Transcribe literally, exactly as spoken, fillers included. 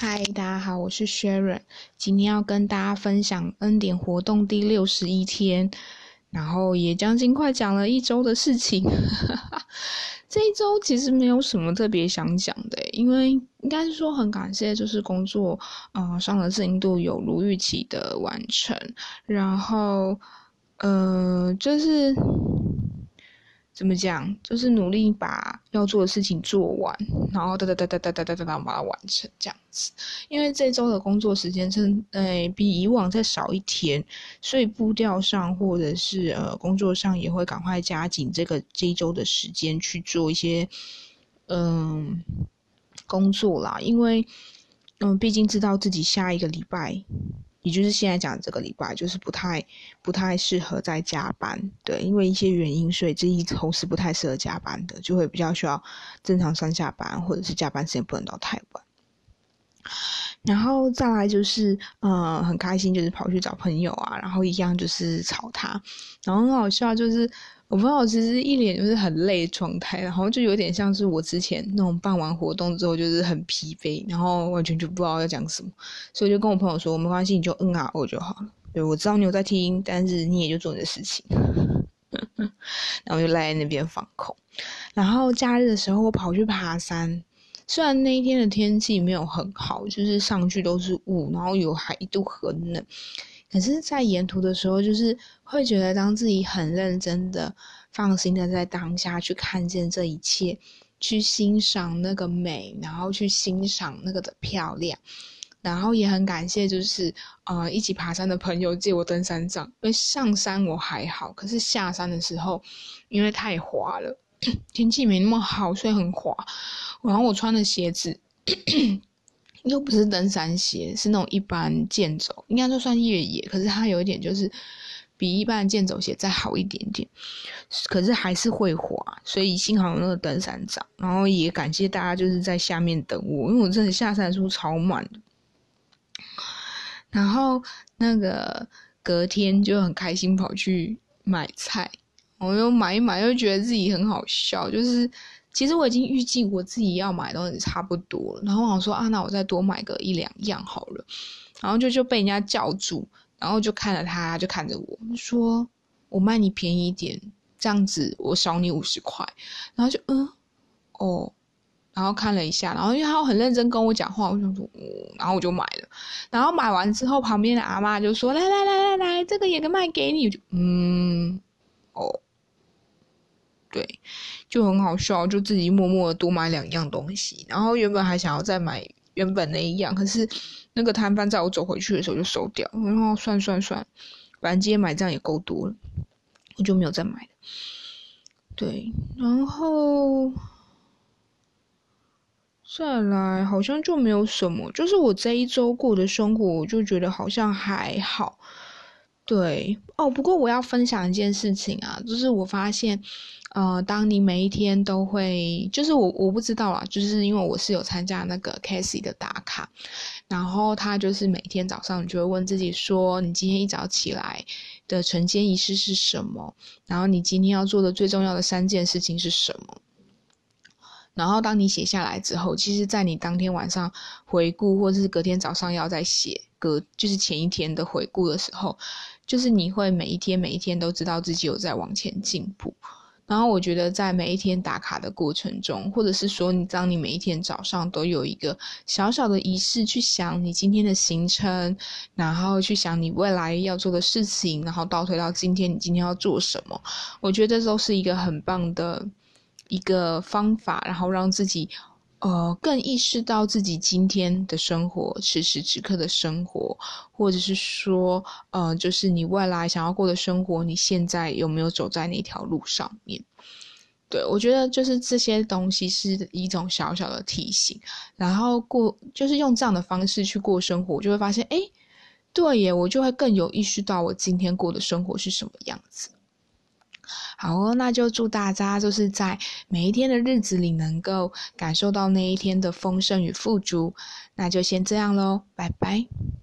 嗨，大家好，我是 Sharon， 今天要跟大家分享恩典活动第六十一天，然后也将近快讲了一周的事情。这一周其实没有什么特别想讲的，因为应该是说很感谢，就是工作呃上的进度有如预期的完成，然后呃就是怎么讲，就是努力把要做的事情做完，然后哒哒哒哒哒哒哒哒把它完成这样子。因为这周的工作时间真呃比以往再少一天，所以步调上或者是呃工作上也会赶快加紧这个这一周的时间去做一些嗯、呃、工作啦，因为嗯毕竟知道自己下一个礼拜。也就是现在讲的这个礼拜，就是不太不太适合再加班，对，因为一些原因，所以这一周是不太适合加班的，就会比较需要正常上下班，或者是加班时间不能到太晚。然后再来就是呃很开心，就是跑去找朋友啊，然后一样就是吵他，然后很好笑，就是我朋友其实一脸就是很累的状态，然后就有点像是我之前那种办完活动之后就是很疲惫，然后完全就不知道要讲什么，所以就跟我朋友说没关系，你就嗯啊哦就好了，对，我知道你有在听，但是你也就做你的事情。然后就赖在那边放空。然后假日的时候我跑去爬山，虽然那一天的天气没有很好，就是上去都是雾，然后有还一度很冷，可是在沿途的时候就是会觉得当自己很认真的放心的在当下去看见这一切，去欣赏那个美，然后去欣赏那个的漂亮，然后也很感谢就是呃一起爬山的朋友借我登山杖，因为上山我还好，可是下山的时候因为太滑了，天气没那么好，所以很滑，然后我穿的鞋子又不是登山鞋，是那种一般健走，应该就算越野，可是它有一点就是比一般的健走鞋再好一点点，可是还是会滑，所以幸好有那个登山杖，然后也感谢大家就是在下面等我，因为我真的下山的时候超慢的。然后那个隔天就很开心跑去买菜，我又买一买又觉得自己很好笑，就是其实我已经预计我自己要买的东西差不多了，然后我想说啊，那我再多买个一两样好了，然后就就被人家叫住，然后就看着他，就看着我说我卖你便宜一点，这样子我少你五十块，然后就嗯哦。然后看了一下，然后因为他很认真跟我讲话，我就说，嗯，然后我就买了。然后买完之后，旁边的阿嬷就说：“来来来来来，这个也卖给你。”我就嗯，哦，对，就很好笑，就自己默默的多买两样东西。然后原本还想要再买原本那一样，可是那个摊贩在我走回去的时候就收掉。然后算算算，反正今天买这样也够多了，我就没有再买了。对，然后。再来好像就没有什么，就是我这一周过的生活我就觉得好像还好。对哦，不过我要分享一件事情啊，就是我发现呃，当你每一天都会，就是我我不知道啦，就是因为我是有参加那个 Casey 的打卡，然后他就是每天早上你就会问自己说，你今天一早起来的晨间仪式是什么，然后你今天要做的最重要的三件事情是什么。然后当你写下来之后，其实在你当天晚上回顾，或者是隔天早上要再写隔就是前一天的回顾的时候，就是你会每一天每一天都知道自己有在往前进步。然后我觉得在每一天打卡的过程中，或者是说你当你每一天早上都有一个小小的仪式去想你今天的行程，然后去想你未来要做的事情，然后倒推到今天你今天要做什么，我觉得都是一个很棒的一个方法，然后让自己呃更意识到自己今天的生活，此时此刻的生活，或者是说呃就是你未来想要过的生活，你现在有没有走在那条路上面。对，我觉得就是这些东西是一种小小的提醒，然后过就是用这样的方式去过生活，我就会发现诶对耶，我就会更有意识到我今天过的生活是什么样子。好哦，那就祝大家就是在每一天的日子里能够感受到那一天的丰盛与富足，那就先这样咯，拜拜。